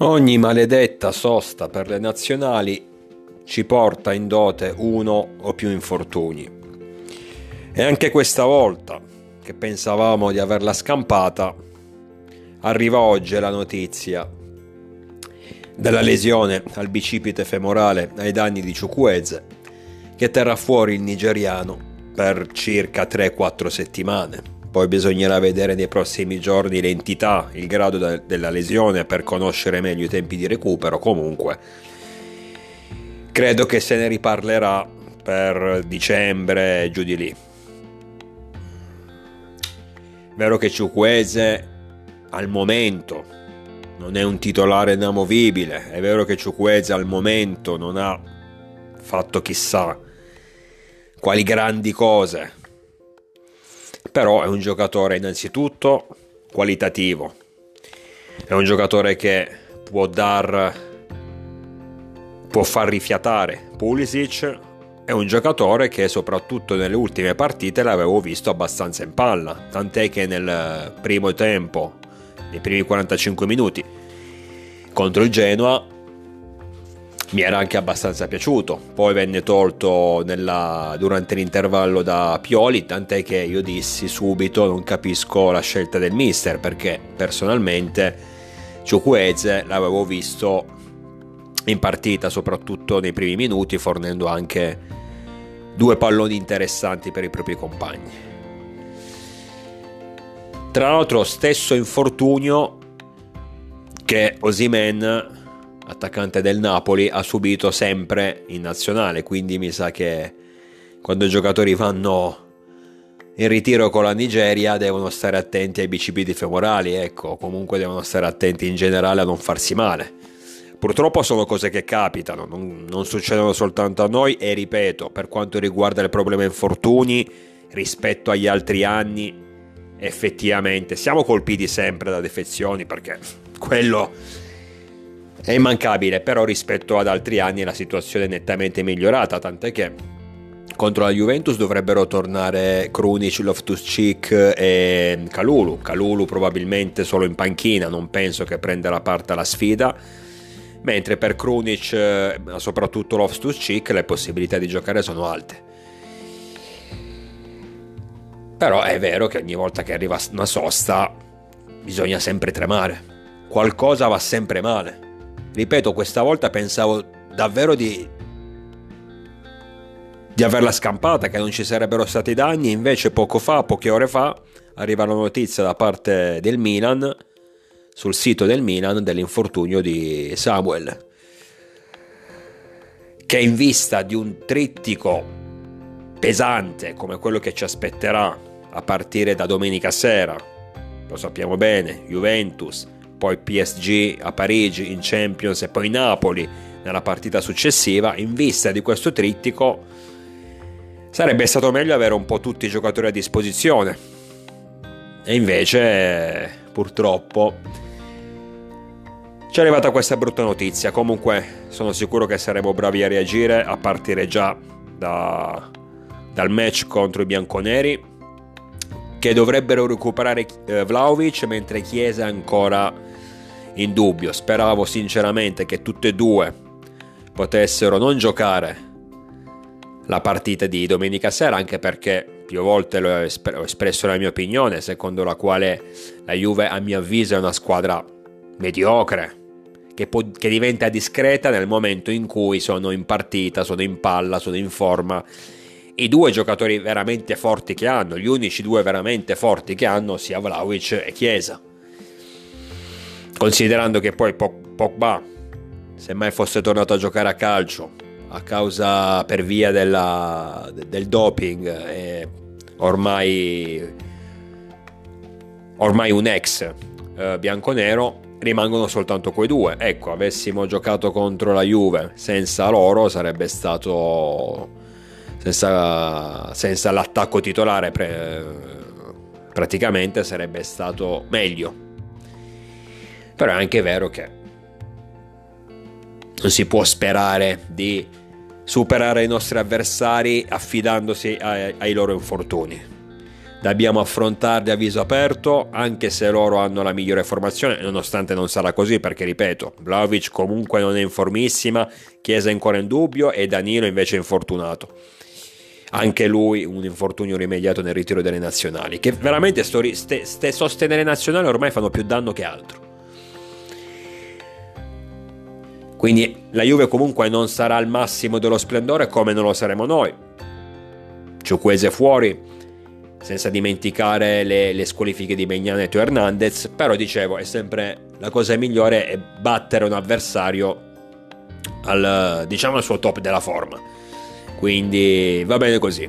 Ogni maledetta sosta per le nazionali ci porta in dote uno o più infortuni. E anche questa volta, che pensavamo di averla scampata, arriva oggi la notizia della lesione al bicipite femorale ai danni di Chukwueze, che terrà fuori il nigeriano per circa 3-4 settimane. Poi bisognerà vedere nei prossimi giorni l'entità, il grado della lesione per conoscere meglio i tempi di recupero. Comunque credo che se ne riparlerà per dicembre, giù di lì. Vero che Chukwueze al momento non è un titolare inamovibile, è vero che Chukwueze al momento non ha fatto chissà quali grandi cose, però è un giocatore innanzitutto qualitativo, è un giocatore che può far rifiatare Pulisic, è un giocatore che soprattutto nelle ultime partite l'avevo visto abbastanza in palla, tant'è che nel primo tempo, nei primi 45 minuti contro il Genoa mi era anche abbastanza piaciuto. Poi venne tolto durante l'intervallo da Pioli, tant'è che io dissi subito non capisco la scelta del mister, perché personalmente Chukwueze l'avevo visto in partita soprattutto nei primi minuti, fornendo anche 2 palloni interessanti per i propri compagni. Tra l'altro stesso infortunio che Osimhen, attaccante del Napoli, ha subito sempre in nazionale, quindi mi sa che quando i giocatori vanno in ritiro con la Nigeria devono stare attenti ai bicipiti femorali, ecco, comunque devono stare attenti in generale a non farsi male. Purtroppo sono cose che capitano, non succedono soltanto a noi, e ripeto, per quanto riguarda il problema infortuni rispetto agli altri anni, effettivamente siamo colpiti sempre da defezioni, perché quello è immancabile, però rispetto ad altri anni la situazione è nettamente migliorata, tant'è che contro la Juventus dovrebbero tornare Krunic, Loftus-Cheek e Kalulu probabilmente solo in panchina, non penso che prenderà parte alla sfida, mentre per Krunic, soprattutto Loftus-Cheek, le possibilità di giocare sono alte. Però è vero che ogni volta che arriva una sosta bisogna sempre tremare, qualcosa va sempre male. Ripeto, questa volta pensavo davvero di averla scampata, che non ci sarebbero stati danni, invece poche ore fa arriva la notizia da parte del Milan, sul sito del Milan, dell'infortunio di Samuel, che in vista di un trittico pesante come quello che ci aspetterà a partire da domenica sera, lo sappiamo bene, Juventus, poi PSG a Parigi in Champions e poi Napoli nella partita successiva, in vista di questo trittico sarebbe stato meglio avere un po' tutti i giocatori a disposizione, e invece purtroppo ci è arrivata questa brutta notizia. Comunque sono sicuro che saremo bravi a reagire a partire già dal match contro i bianconeri, che dovrebbero recuperare Vlahovic, mentre Chiesa è ancora in dubbio. Speravo sinceramente che tutte e due potessero non giocare la partita di domenica sera, anche perché più volte ho espresso la mia opinione, secondo la quale la Juve a mio avviso è una squadra mediocre, che diventa discreta nel momento in cui sono in partita, sono in palla, sono in forma. I 2 giocatori veramente forti che hanno, gli unici 2 veramente forti che hanno, sia Vlahovic e Chiesa, considerando che poi Pogba, se mai fosse tornato a giocare a calcio per via del doping, è ormai un ex bianconero, rimangono soltanto quei 2. Ecco, avessimo giocato contro la Juve senza loro, sarebbe stato senza l'attacco titolare praticamente sarebbe stato meglio. Però è anche vero che non si può sperare di superare i nostri avversari affidandosi ai loro infortuni. dobbiamo affrontarli a viso aperto, anche se loro hanno la migliore formazione, nonostante non sarà così, perché ripeto, Vlahovic comunque non è in formissima, Chiesa è ancora in dubbio e Danilo invece è infortunato. Anche lui un infortunio rimediato nel ritiro delle nazionali, che veramente ste sostenere nazionali ormai fanno più danno che altro. Quindi la Juve comunque non sarà al massimo dello splendore, come non lo saremo noi. Chukwueze fuori, senza dimenticare le squalifiche di Maignan e Teo Hernandez, però dicevo, è sempre la cosa migliore è battere un avversario al suo top della forma. Quindi va bene così.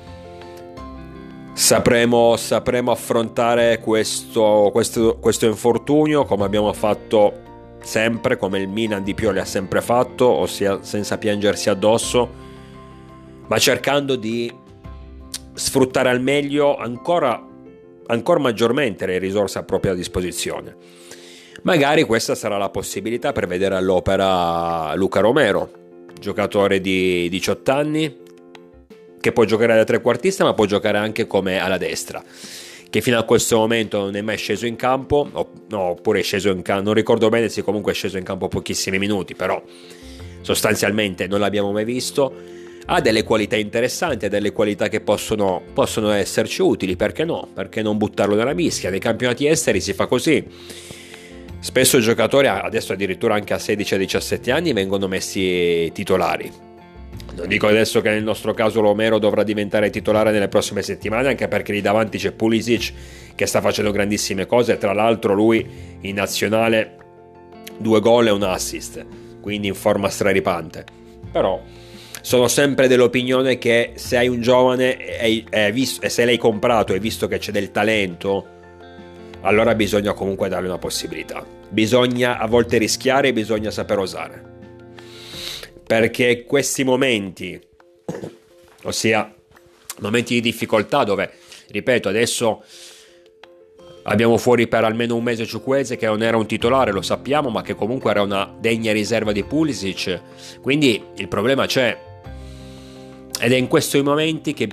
Sapremo affrontare questo infortunio come abbiamo fatto sempre, come il Milan di Pioli ha sempre fatto, ossia senza piangersi addosso, ma cercando di sfruttare al meglio ancora maggiormente le risorse a propria disposizione. Magari questa sarà la possibilità per vedere all'opera Luca Romero, giocatore di 18 anni che può giocare da trequartista ma può giocare anche come alla destra, che fino a questo momento non è mai sceso in campo, oppure è sceso in campo, non ricordo bene se comunque è sceso in campo pochissimi minuti, però sostanzialmente non l'abbiamo mai visto. Ha delle qualità interessanti, ha delle qualità che possono esserci utili, perché no? Perché non buttarlo nella mischia? Nei campionati esteri si fa così. Spesso i giocatori, adesso addirittura anche a 16-17 anni, vengono messi titolari. Non dico adesso che nel nostro caso Romero dovrà diventare titolare nelle prossime settimane, anche perché lì davanti c'è Pulisic che sta facendo grandissime cose. Tra l'altro lui in nazionale 2 gol e un assist, quindi in forma straripante. Però sono sempre dell'opinione che se hai un giovane e se l'hai comprato e visto che c'è del talento, allora bisogna comunque dargli una possibilità. Bisogna a volte rischiare e bisogna saper osare, perché questi momenti, ossia momenti di difficoltà dove, ripeto, adesso abbiamo fuori per almeno un mese Chukwueze, che non era un titolare, lo sappiamo, ma che comunque era una degna riserva di Pulisic, quindi il problema c'è, ed è in questi momenti che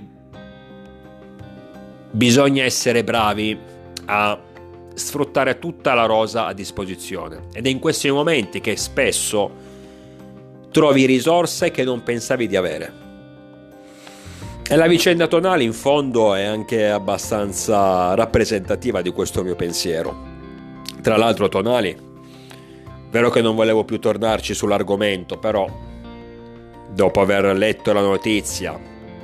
bisogna essere bravi a sfruttare tutta la rosa a disposizione, ed è in questi momenti che spesso trovi risorse che non pensavi di avere. E la vicenda Tonali in fondo è anche abbastanza rappresentativa di questo mio pensiero. Tra l'altro Tonali, vero che non volevo più tornarci sull'argomento, però dopo aver letto la notizia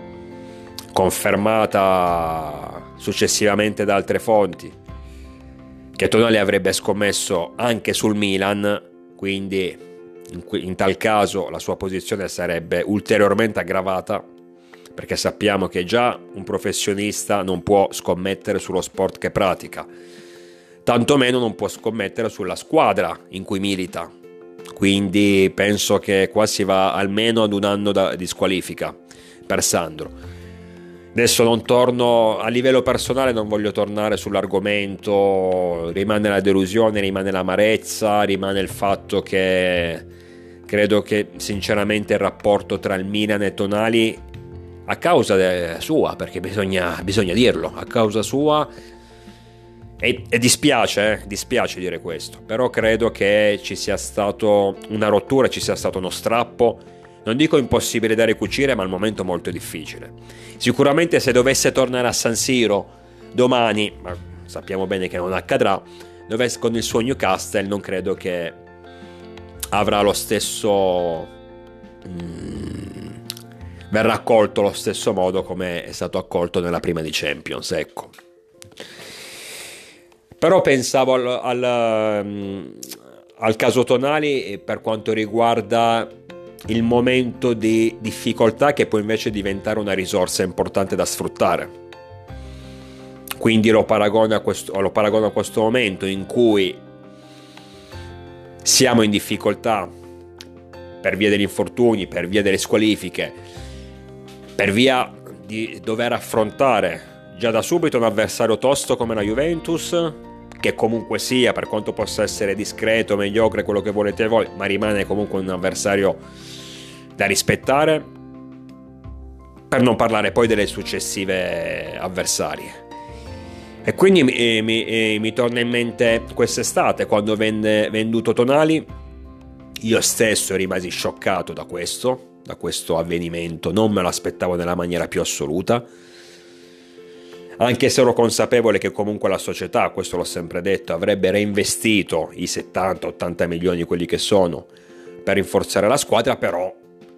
confermata successivamente da altre fonti che Tonali avrebbe scommesso anche sul Milan, quindi in tal caso la sua posizione sarebbe ulteriormente aggravata, perché sappiamo che già un professionista non può scommettere sullo sport che pratica, tantomeno non può scommettere sulla squadra in cui milita. Quindi penso che qua si va almeno ad un anno di squalifica per Sandro. Adesso non torno a livello personale, non voglio tornare sull'argomento, rimane la delusione, rimane l'amarezza, rimane il fatto che credo che sinceramente il rapporto tra il Milan e Tonali, a causa sua, perché bisogna dirlo, a causa sua, e dispiace dire questo, però credo che ci sia stato una rottura, ci sia stato uno strappo, non dico impossibile da ricucire, ma al momento molto difficile. Sicuramente se dovesse tornare a San Siro domani, ma sappiamo bene che non accadrà, con il suo Newcastle non credo che avrà lo stesso verrà accolto allo stesso modo come è stato accolto nella prima di Champions, ecco. Però pensavo al caso Tonali per quanto riguarda il momento di difficoltà, che può invece diventare una risorsa importante da sfruttare. Quindi lo paragono a questo momento in cui siamo in difficoltà per via degli infortuni, per via delle squalifiche, per via di dover affrontare già da subito un avversario tosto come la Juventus, che comunque sia, per quanto possa essere discreto, mediocre, quello che volete voi, ma rimane comunque un avversario da rispettare, per non parlare poi delle successive avversarie. E quindi mi torna in mente quest'estate quando venne venduto Tonali. Io stesso rimasi scioccato da questo avvenimento, non me lo aspettavo nella maniera più assoluta, anche se ero consapevole che comunque la società, questo l'ho sempre detto, avrebbe reinvestito i 70-80 milioni, quelli che sono, per rinforzare la squadra. Però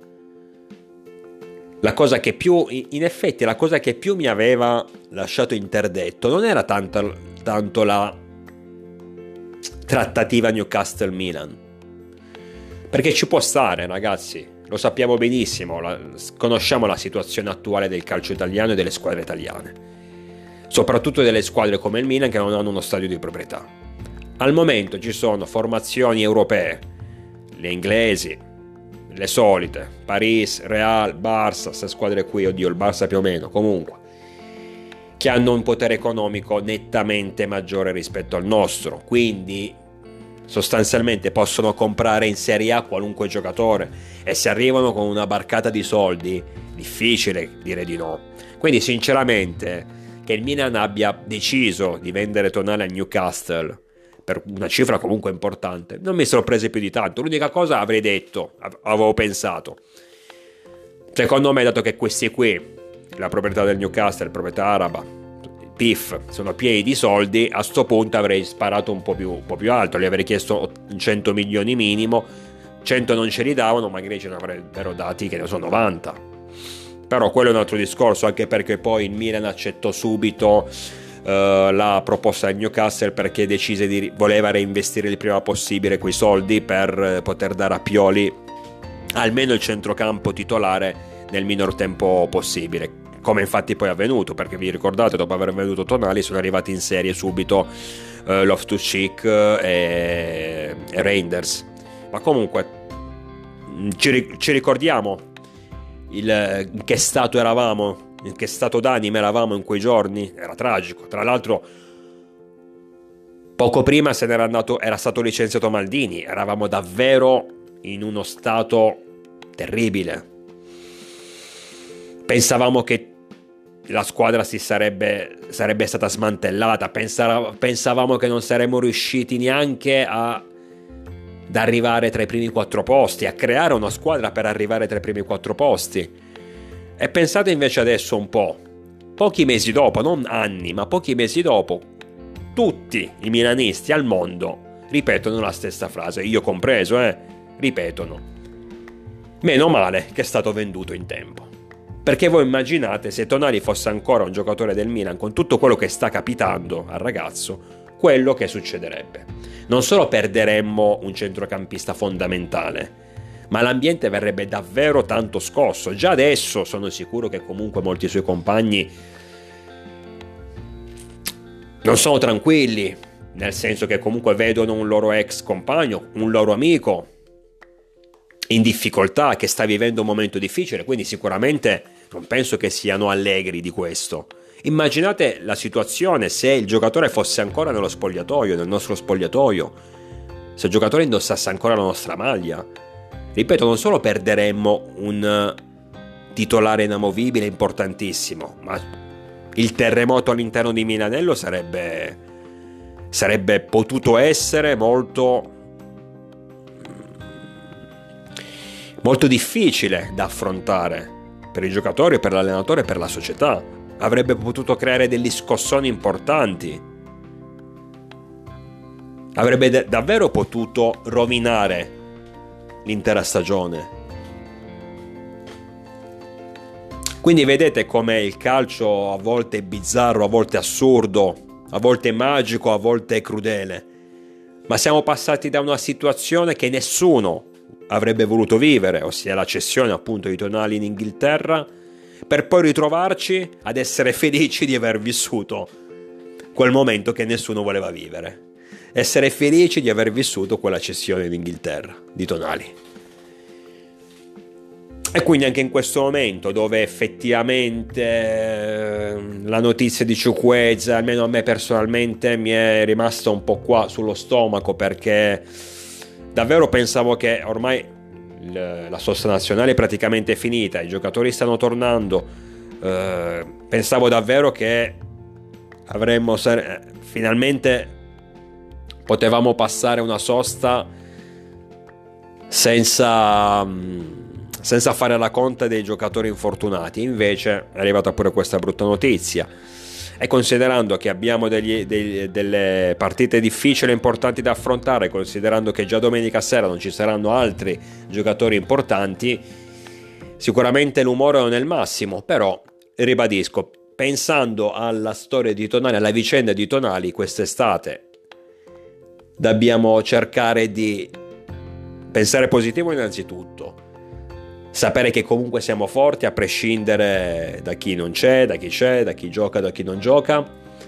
la cosa che più, in effetti, la cosa che più mi aveva lasciato interdetto non era tanto la trattativa Newcastle-Milan, perché ci può stare, ragazzi, lo sappiamo benissimo, conosciamo la situazione attuale del calcio italiano e delle squadre italiane, soprattutto delle squadre come il Milan che non hanno uno stadio di proprietà. Al momento ci sono formazioni europee, le inglesi, le solite, Paris, Real, Barça, queste squadre qui, oddio, il Barça più o meno, comunque, che hanno un potere economico nettamente maggiore rispetto al nostro, quindi sostanzialmente possono comprare in Serie A qualunque giocatore, e se arrivano con una barcata di soldi, difficile dire di no. Quindi sinceramente che il Milan abbia deciso di vendere Tonali a Newcastle per una cifra comunque importante non mi sorprese più di tanto. L'unica cosa avrei detto, avevo pensato, secondo me, dato che questi qui, la proprietà del Newcastle, proprietà araba, PIF, sono pieni di soldi, a sto punto avrei sparato un po' più alto, gli avrei chiesto 100 milioni minimo, 100 non ce li davano, magari ce ne avrebbero dati, che ne so, 90. Però quello è un altro discorso, anche perché poi il Milan accettò subito la proposta del Newcastle, perché decise voleva reinvestire il prima possibile quei soldi per poter dare a Pioli almeno il centrocampo titolare nel minor tempo possibile, come infatti poi è avvenuto, perché vi ricordate, dopo aver venduto Tonali sono arrivati in serie subito Loftus-Cheek e Reinders. Ma comunque ci ricordiamo in che stato eravamo, in che stato d'animo eravamo in quei giorni? Era tragico. Tra l'altro poco prima se n'era andato, era stato licenziato Maldini, eravamo davvero in uno stato terribile. Pensavamo che la squadra sarebbe stata smantellata, pensavamo che non saremmo riusciti neanche ad arrivare tra i primi 4 posti, a creare una squadra per arrivare tra i primi 4 posti. E pensate invece adesso un po', pochi mesi dopo, non anni, ma pochi mesi dopo, tutti i milanisti al mondo ripetono la stessa frase, io compreso, ripetono: meno male che è stato venduto in tempo. Perché voi immaginate, se Tonali fosse ancora un giocatore del Milan, con tutto quello che sta capitando al ragazzo, quello che succederebbe. Non solo perderemmo un centrocampista fondamentale, ma l'ambiente verrebbe davvero tanto scosso. Già adesso sono sicuro che comunque molti suoi compagni non sono tranquilli, nel senso che comunque vedono un loro ex compagno, un loro amico in difficoltà, che sta vivendo un momento difficile, quindi sicuramente non penso che siano allegri di questo. Immaginate la situazione se il giocatore fosse ancora nello spogliatoio, nel nostro spogliatoio, se il giocatore indossasse ancora la nostra maglia. Ripeto, non solo perderemmo un titolare inamovibile importantissimo, ma il terremoto all'interno di Milanello sarebbe potuto essere molto difficile da affrontare per i giocatori, per l'allenatore e per la società. Avrebbe potuto creare degli scossoni importanti, avrebbe davvero potuto rovinare l'intera stagione. Quindi vedete come il calcio a volte è bizzarro, a volte è assurdo, a volte è magico, a volte è crudele. Ma siamo passati da una situazione che nessuno avrebbe voluto vivere, ossia la cessione appunto di Tonali in Inghilterra, per poi ritrovarci ad essere felici di aver vissuto quel momento che nessuno voleva vivere. Essere felici di aver vissuto quella cessione in Inghilterra di Tonali. E quindi anche in questo momento, dove effettivamente la notizia di Chukwueze, almeno a me personalmente, mi è rimasta un po' qua sullo stomaco, perché davvero pensavo che ormai la sosta nazionale è praticamente finita, i giocatori stanno tornando, pensavo davvero che finalmente potevamo passare una sosta senza fare la conta dei giocatori infortunati. Invece è arrivata pure questa brutta notizia, e considerando che abbiamo delle partite difficili e importanti da affrontare, considerando che già domenica sera non ci saranno altri giocatori importanti, sicuramente l'umore non è il massimo. Però ribadisco, pensando alla storia di Tonali, alla vicenda di Tonali, quest'estate dobbiamo cercare di pensare positivo innanzitutto, sapere che comunque siamo forti a prescindere da chi non c'è, da chi gioca, da chi non gioca,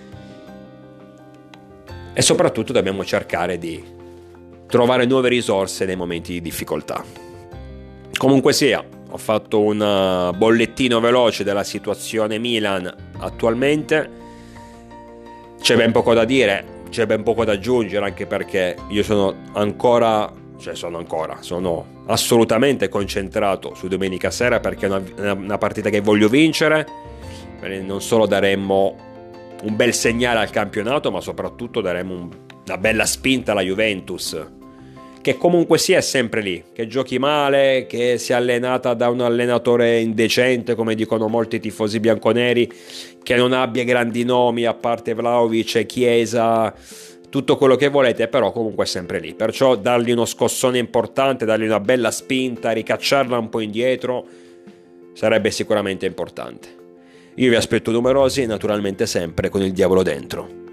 e soprattutto dobbiamo cercare di trovare nuove risorse nei momenti di difficoltà. Comunque sia, ho fatto un bollettino veloce della situazione Milan attualmente. C'è ben poco da dire, c'è ben poco da aggiungere, anche perché io sono assolutamente concentrato su domenica sera, perché è una partita che voglio vincere. Non solo daremmo un bel segnale al campionato, ma soprattutto daremmo una bella spinta alla Juventus, che comunque sia è sempre lì, che giochi male, che sia allenata da un allenatore indecente, come dicono molti tifosi bianconeri, che non abbia grandi nomi a parte Vlahovic e Chiesa, tutto quello che volete, però comunque è sempre lì. Perciò dargli uno scossone importante, dargli una bella spinta, ricacciarla un po' indietro sarebbe sicuramente importante. Io vi aspetto numerosi e naturalmente sempre con il diavolo dentro.